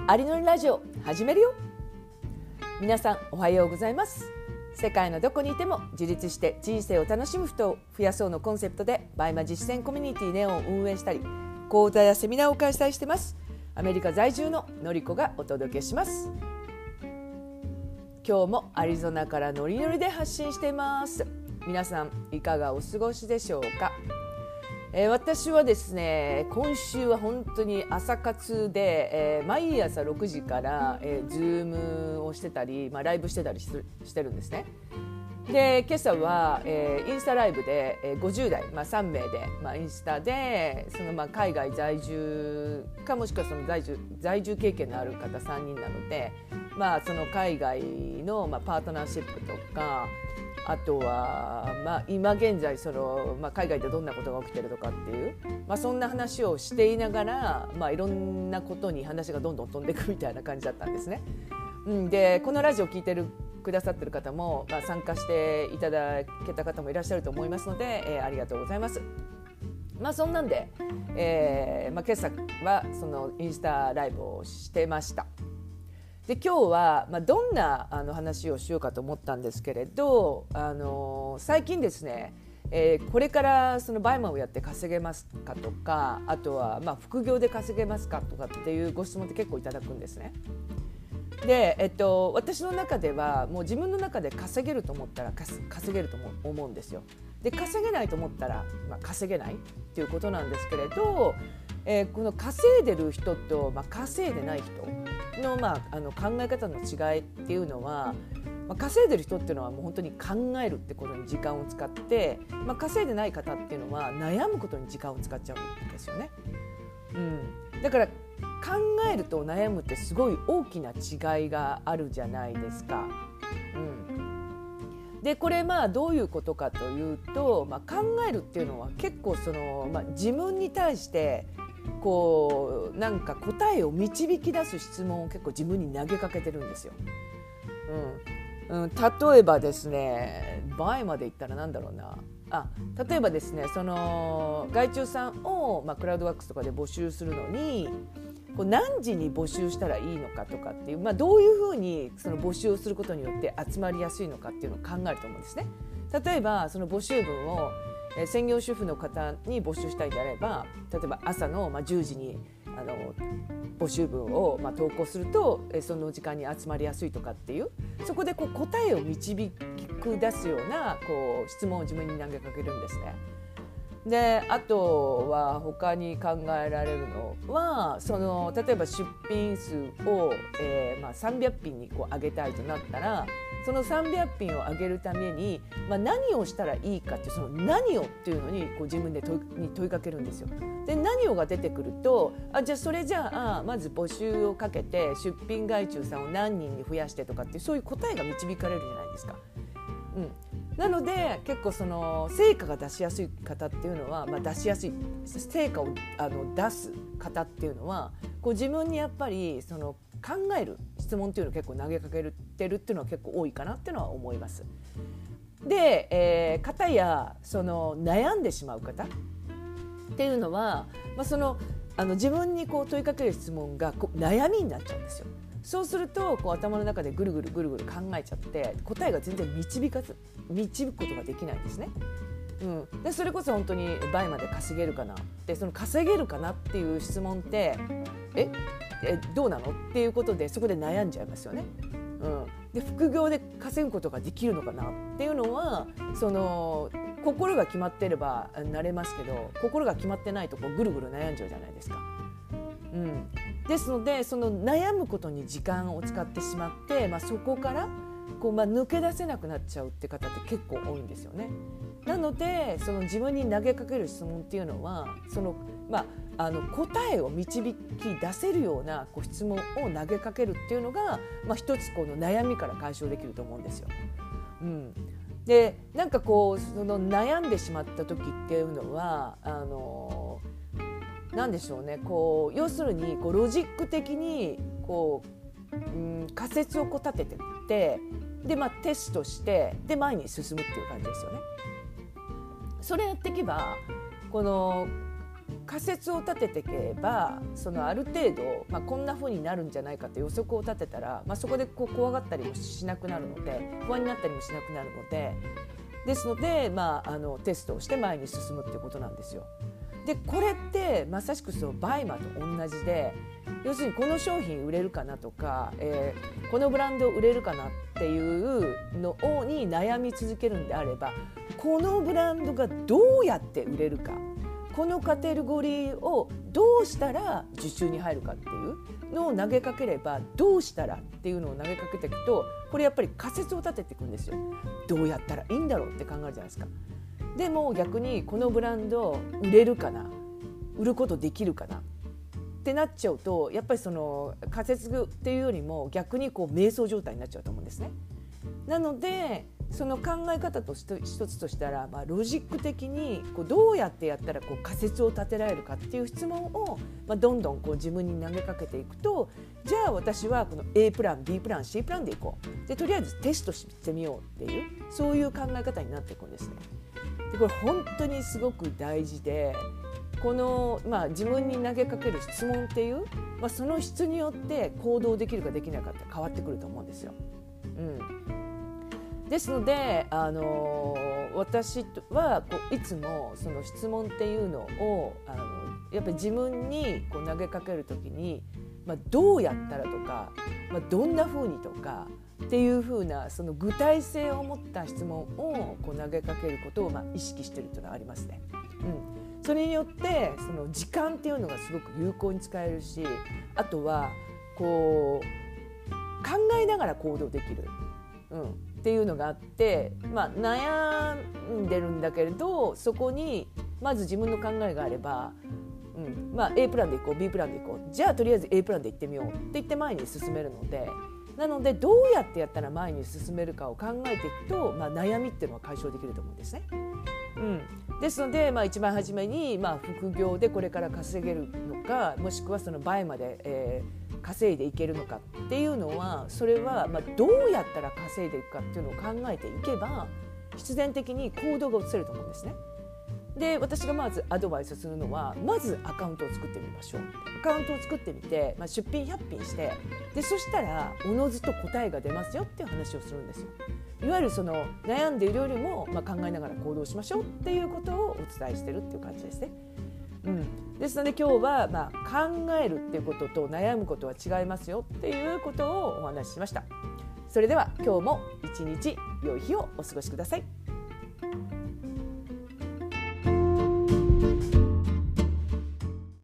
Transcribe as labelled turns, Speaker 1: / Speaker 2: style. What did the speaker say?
Speaker 1: アリのりラジオ始めるよ。皆さんおはようございます。世界のどこにいても自立して人生を楽しむ人を増やそうのコンセプトでバイマ実践コミュニティネオンを運営したり、講座やセミナーを開催してます。アメリカ在住ののりこがお届けします。今日もアリゾナからノリノリで発信しています。皆さんいかがお過ごしでしょうか。私はですね、今週は本当に朝活で、毎朝6時から、ズームをしてたり、ライブしてたりしてるんですね。で今朝は、インスタライブで、50代、3名で、インスタでその、海外在住かもしくはその在住経験のある方3人なので、その海外の、パートナーシップとか、あとは、今現在その、海外でどんなことが起きてるとかっていう、そんな話をしていながら、いろんなことに話がどんどん飛んでいくみたいな感じだったんですね。でこのラジオを聞いてくださってる方も、参加していただけた方もいらっしゃると思いますので、ありがとうございます。そんなんで、今朝はそのインスタライブをしてました。で今日は、どんな話をしようかと思ったんですけれど、最近ですね、これからそのバイマンをやって稼げますかとか、あとは副業で稼げますかとかっていうご質問って結構いただくんですね。で、私の中ではもう自分の中で稼げると思ったら稼げると思うんですよ。で稼げないと思ったら、稼げないっていうことなんですけれど、この稼いでる人と、稼いでない人の、考え方の違いっていうのは、稼いでる人っていうのはもう本当に考えるってことに時間を使って、稼いでない方っていうのは悩むことに時間を使っちゃうんですよね。だから考えると悩むってすごい大きな違いがあるじゃないですか。でこれどういうことかというと、考えるっていうのは結構その、自分に対してこうなんか答えを導き出す質問を結構自分に投げかけてるんですよ。例えばですね、前まで言ったらなんだろうな、例えばですね、その外注さんを、クラウドワークスとかで募集するのにこう何時に募集したらいいのかとかっていう、どういうふうにその募集をすることによって集まりやすいのかっていうのを考えると思うんですね。例えばその募集文を専業主婦の方に募集したいであれば、例えば朝の10時に募集文を投稿するとその時間に集まりやすいとかっていう、そこでこう答えを導き出すようなこう質問を自分に投げかけるんですね。であとは他に考えられるのは、その例えば出品数を、300品にこう上げたいとなったら、その300品を上げるために、何をしたらいいかっていう、その何をっていうのにこう自分で問いかけるんですよ。で何をが出てくると、じゃあまず募集をかけて出品外注さんを何人に増やしてとかっていう、そういう答えが導かれるじゃないですか。なので結構その成果が出しやすい方っていうのは、出しやすい成果を出す方っていうのはこう自分にやっぱりその考える質問っていうのを結構投げかけてるっていうのは結構多いかなっていうのは思います。で、方やその悩んでしまう方っていうのは、その自分にこう問いかける質問がこう悩みになっちゃうんですよ。そうするとこう頭の中でぐるぐる考えちゃって答えが全然導くことができないんですね。でそれこそ本当に倍まで稼げるかなって、その稼げるかなっていう質問ってどうなのっていうことでそこで悩んじゃいますよね。で副業で稼ぐことができるのかなっていうのは、その心が決まってればなれますけど、心が決まってないとこうぐるぐる悩んじゃうじゃないですか。ですのでその悩むことに時間を使ってしまって、そこからこう、抜け出せなくなっちゃうって方って結構多いんですよね。なのでその自分に投げかける質問っていうのは、その、答えを導き出せるようなこう質問を投げかけるっていうのが、一つこの悩みから解消できると思うんですよ。でなんかこうその悩んでしまった時っていうのはなんでしょうね、こう要するにこうロジック的にこう、仮説をこう立てていって、で、テストしてで前に進むっていう感じですよね。それやっていけばこの仮説を立てていけばそのある程度、こんな風になるんじゃないかという予測を立てたら、そこで怖がったりもしなくなるので不安になったりもしなくなるのでですので、テストをして前に進むっていうことなんですよ。でこれってまさしくそうバイマと同じで、要するにこの商品売れるかなとか、このブランド売れるかなっていうのに悩み続けるんであれば、このブランドがどうやって売れるか、このカテゴリーをどうしたら受注に入るかっていうのを投げかければ、どうしたらっていうのを投げかけていくと、これやっぱり仮説を立てていくんですよ。どうやったらいいんだろうって考えるじゃないですか。でも逆にこのブランド売れるかな、売ることできるかなってなっちゃうと、やっぱりその仮説っていうよりも逆に迷走状態になっちゃうと思うんですね。なのでその考え方と一つとしたら、ロジック的にどうやってやったら仮説を立てられるかっていう質問を、どんどん自分に投げかけていくと、じゃあ私はこの A プラン B プラン C プランでいこう、でとりあえずテストしてみようっていう、そういう考え方になっていくんですね。でこれ本当にすごく大事で、この、自分に投げかける質問っていう、その質によって行動できるかできないかって変わってくると思うんですよ。ですので、私はいつもその質問っていうのをやっぱり自分に投げかけるときに、どうやったらとか、どんな風にとかっていう風なその具体性を持った質問を投げかけることを意識しているというのはありますね。それによってその時間っていうのがすごく有効に使えるし、あとは考えながら行動できる、っていうのがあって、悩んでるんだけれど、そこにまず自分の考えがあれば、A プランでいこう B プランでいこう、じゃあとりあえず A プランで行ってみようって言って前に進めるので、なのでどうやってやったら前に進めるかを考えていくと、悩みっていうのは解消できると思うんですね。ですので、一番初めに、副業でこれから稼げるのか、もしくはその倍まで、稼いでいけるのかっていうのは、それはどうやったら稼いでいくかっていうのを考えていけば必然的に行動が移せると思うんですね。で私がまずアドバイスするのは、まずアカウントを作ってみましょう。アカウントを作ってみて、出品100品して、でそしたらおのずと答えが出ますよっていう話をするんですよ。いわゆるその悩んでいるよりも、考えながら行動しましょうっていうことをお伝えしてるっていう感じですね。ですので今日は、考えるっていうことと悩むことは違いますよっていうことをお話ししました。それでは今日も一日良い日をお過ごしください。